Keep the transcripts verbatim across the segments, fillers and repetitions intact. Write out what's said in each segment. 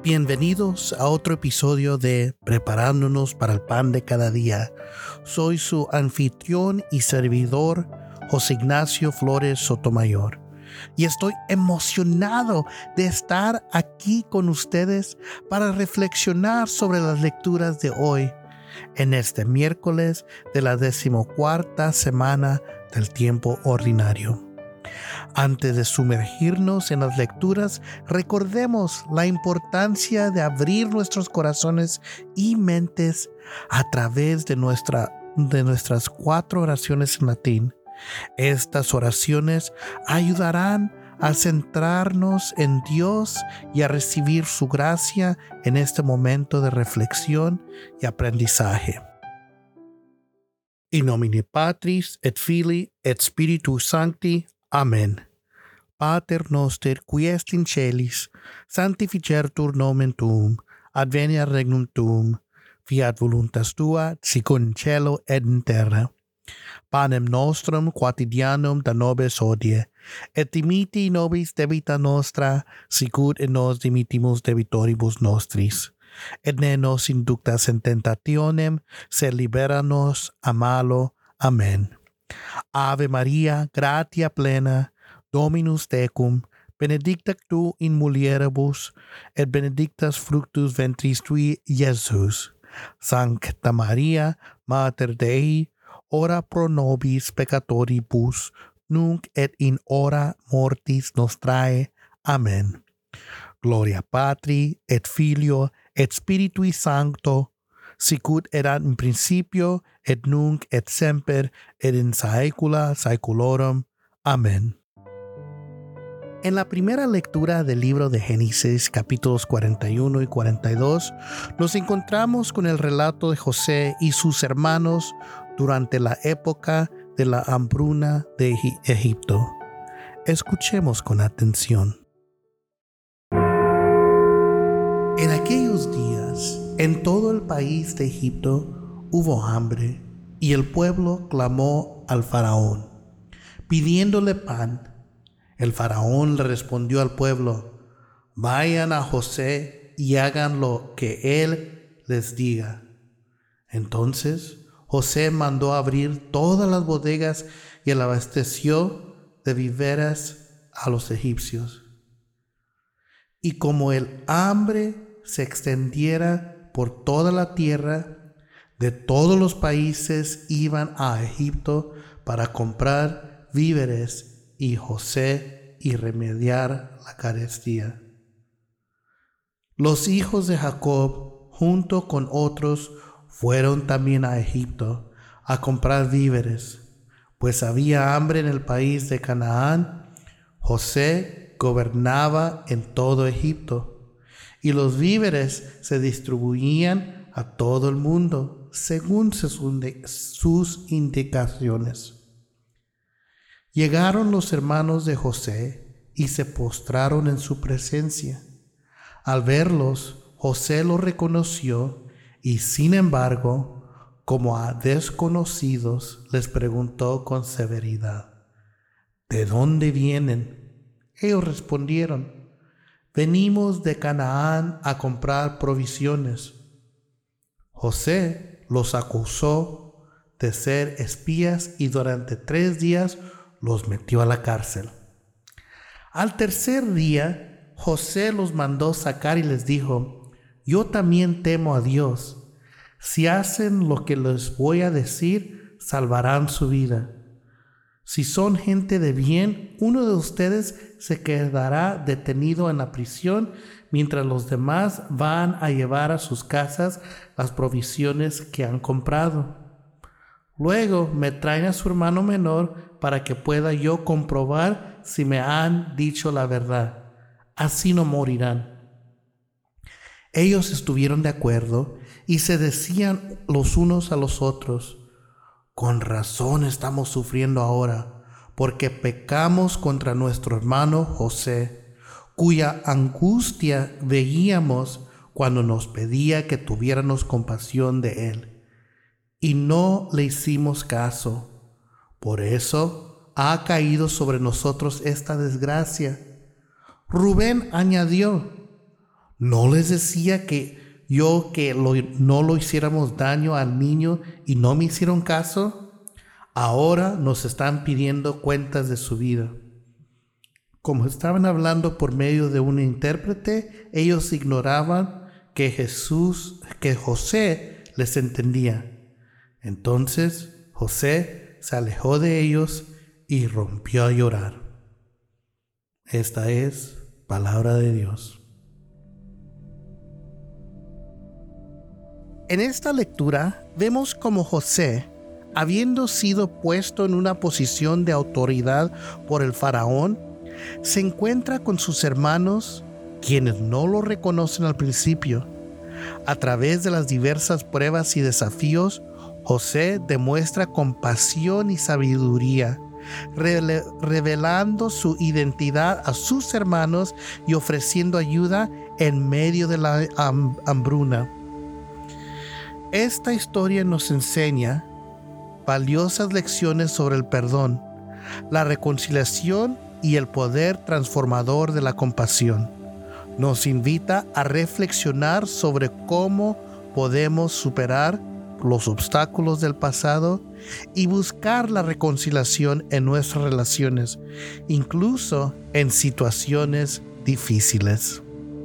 Bienvenidos a otro episodio de Preparándonos para el Pan de Cada Día. Soy su anfitrión y servidor, José Ignacio Flores Sotomayor, y estoy emocionado de estar aquí con ustedes para reflexionar sobre las lecturas de hoy, en este miércoles de la decimocuarta semana del tiempo ordinario. Antes de sumergirnos en las lecturas, recordemos la importancia de abrir nuestros corazones y mentes a través de, nuestra, de nuestras cuatro oraciones en latín. Estas oraciones ayudarán a centrarnos en Dios y a recibir su gracia en este momento de reflexión y aprendizaje. In nomine Patris et Filii et Spiritus Sancti. Amen. Pater noster, qui est in celis, sanctificetur nomen tuum, adveniat regnum tuum, fiat voluntas tua, sicut in cielo et in terra. Panem nostrum quotidianum da nobis hodie, et dimiti nobis debita nostra, sicut et nos dimittimus debitoribus nostris. Et ne nos inductas in tentationem, sed libera nos a malo. Amen. Ave Maria, gratia plena, Dominus tecum, benedicta tu in mulieribus, et benedictus fructus ventris tui, Iesus. Sancta Maria, Mater Dei, ora pro nobis peccatoribus, nunc et in hora mortis nostrae. Amen. Gloria Patri, et Filio, et Spiritui Sancto, sicut erat in principio, et nunc et semper, et in saecula saeculorum. Amén. En la primera lectura del libro de Génesis, capítulos cuarenta y uno y cuarenta y dos, nos encontramos con el relato de José y sus hermanos durante la época de la hambruna de Egipto. Escuchemos con atención. En aquellos días, en todo el país de Egipto hubo hambre, y el pueblo clamó al faraón, pidiéndole pan. El faraón le respondió al pueblo: vayan a José y hagan lo que él les diga. Entonces José mandó abrir todas las bodegas y le abasteció de víveres a los egipcios. Y como el hambre se extendiera por toda la tierra, de todos los países iban a Egipto para comprar víveres y José y remediar la carestía. Los hijos de Jacob, junto con otros, fueron también a Egipto a comprar víveres, pues había hambre en el país de Canaán. José gobernaba en todo Egipto, y los víveres se distribuían a todo el mundo según sus indicaciones. Llegaron los hermanos de José y se postraron en su presencia. Al verlos, José los reconoció y, sin embargo, como a desconocidos, les preguntó con severidad: ¿de dónde vienen? Ellos respondieron: venimos de Canaán a comprar provisiones. José los acusó de ser espías y durante tres días los metió a la cárcel. Al tercer día, José los mandó sacar y les dijo: yo también temo a Dios. Si hacen lo que les voy a decir, salvarán su vida. Si son gente de bien, uno de ustedes se quedará detenido en la prisión, mientras los demás van a llevar a sus casas las provisiones que han comprado. Luego me traen a su hermano menor para que pueda yo comprobar si me han dicho la verdad. Así no morirán. Ellos estuvieron de acuerdo y se decían los unos a los otros: con razón estamos sufriendo ahora, porque pecamos contra nuestro hermano José, cuya angustia veíamos cuando nos pedía que tuviéramos compasión de él. Y no le hicimos caso. Por eso ha caído sobre nosotros esta desgracia. Rubén añadió: ¿No les decía que yo que lo- no lo hiciéramos daño al niño y no me hicieron caso? Ahora nos están pidiendo cuentas de su vida. Como estaban hablando por medio de un intérprete, ellos ignoraban que Jesús, que José les entendía. Entonces José se alejó de ellos y rompió a llorar. Esta es palabra de Dios. En esta lectura vemos cómo José, habiendo sido puesto en una posición de autoridad por el faraón, se encuentra con sus hermanos, quienes no lo reconocen al principio. A través de las diversas pruebas y desafíos, José demuestra compasión y sabiduría, rele- revelando su identidad a sus hermanos y ofreciendo ayuda en medio de la ham- hambruna. Esta historia nos enseña valiosas lecciones sobre el perdón, la reconciliación y el poder transformador de la compasión. Nos invita a reflexionar sobre cómo podemos superar los obstáculos del pasado y buscar la reconciliación en nuestras relaciones, incluso en situaciones difíciles.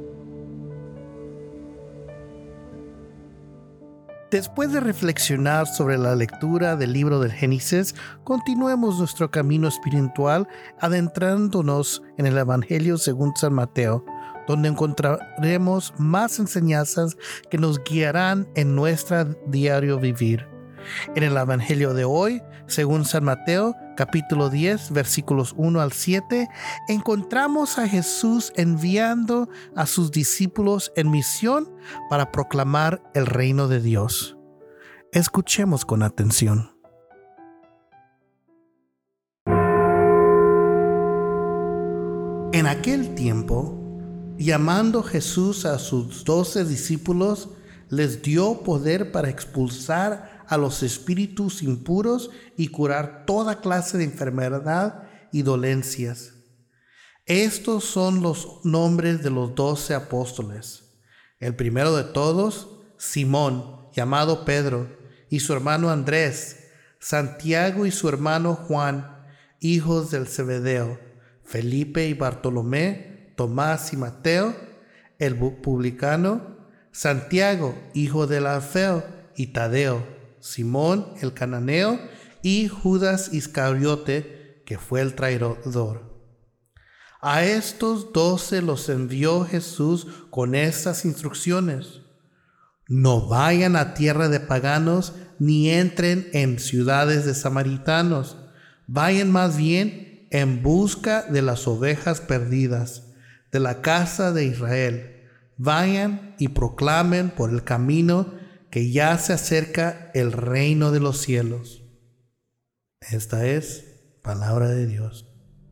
Después de reflexionar sobre la lectura del libro del Génesis, continuemos nuestro camino espiritual adentrándonos en el Evangelio según San Mateo, donde encontraremos más enseñanzas que nos guiarán en nuestro diario vivir. En el Evangelio de hoy, según San Mateo, capítulo diez, versículos uno al siete, encontramos a Jesús enviando a sus discípulos en misión para proclamar el reino de Dios. Escuchemos con atención. En aquel tiempo, llamando Jesús a sus doce discípulos, les dio poder para expulsar a los espíritus impuros y curar toda clase de enfermedad y dolencias. Estos son los nombres de los doce apóstoles. El primero de todos, Simón, llamado Pedro, y su hermano Andrés, Santiago y su hermano Juan, hijos del Zebedeo, Felipe y Bartolomé, Tomás y Mateo, el publicano, Santiago, hijo del Alfeo, y Tadeo, Simón el cananeo y Judas Iscariote, que fue el traidor. A estos doce los envió Jesús con estas instrucciones: no vayan a tierra de paganos ni entren en ciudades de samaritanos, vayan más bien en busca de las ovejas perdidas de la casa de Israel. Vayan y proclamen por el camino que ya se acerca el reino de los cielos. Esta es palabra de Dios.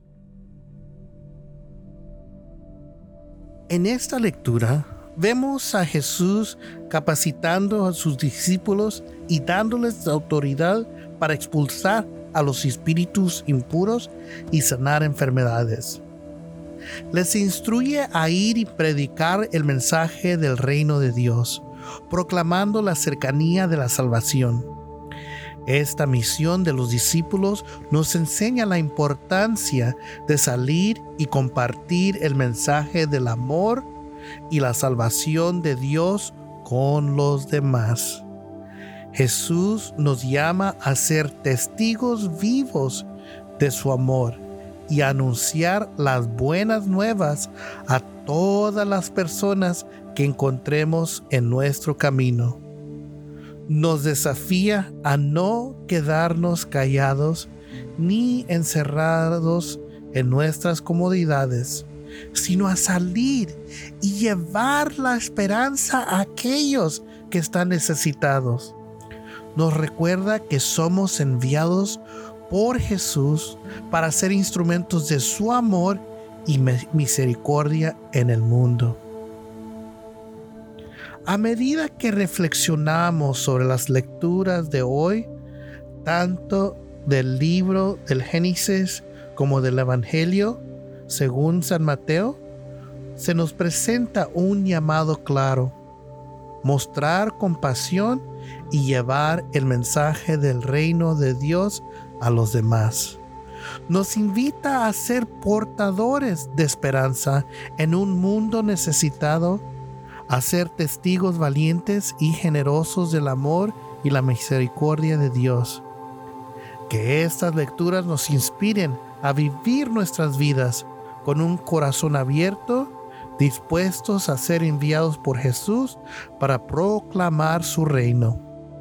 En esta lectura vemos a Jesús capacitando a sus discípulos y dándoles autoridad para expulsar a los espíritus impuros y sanar enfermedades. Les instruye a ir y predicar el mensaje del reino de Dios, proclamando la cercanía de la salvación. Esta misión de los discípulos nos enseña la importancia de salir y compartir el mensaje del amor y la salvación de Dios con los demás. Jesús nos llama a ser testigos vivos de su amor y a anunciar las buenas nuevas a todas las personas que encontremos en nuestro camino. Nos desafía a no quedarnos callados ni encerrados en nuestras comodidades, sino a salir y llevar la esperanza a aquellos que están necesitados. Nos recuerda que somos enviados por Jesús para ser instrumentos de su amor y misericordia en el mundo. A medida que reflexionamos sobre las lecturas de hoy, tanto del libro del Génesis como del Evangelio según San Mateo, se nos presenta un llamado claro: mostrar compasión y llevar el mensaje del reino de Dios a los demás. Nos invita a ser portadores de esperanza en un mundo necesitado, a ser testigos valientes y generosos del amor y la misericordia de Dios. Que estas lecturas nos inspiren a vivir nuestras vidas con un corazón abierto, dispuestos a ser enviados por Jesús para proclamar su reino.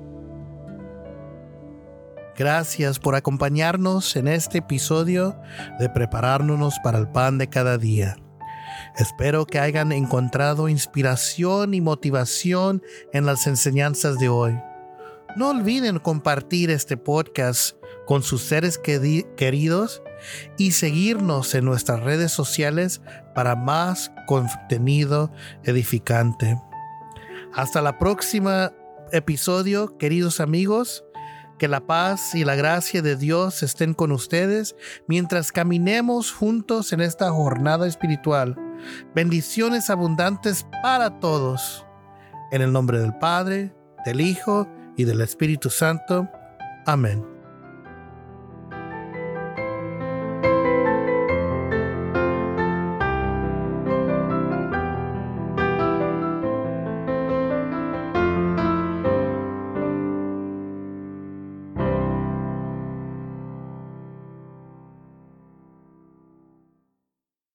Gracias por acompañarnos en este episodio de Preparándonos para el Pan de Cada Día. Espero que hayan encontrado inspiración y motivación en las enseñanzas de hoy. No olviden compartir este podcast con sus seres queridos y seguirnos en nuestras redes sociales para más contenido edificante. Hasta la próxima episodio, queridos amigos. Que la paz y la gracia de Dios estén con ustedes mientras caminemos juntos en esta jornada espiritual. Bendiciones abundantes para todos. En el nombre del Padre, del Hijo y del Espíritu Santo. Amén.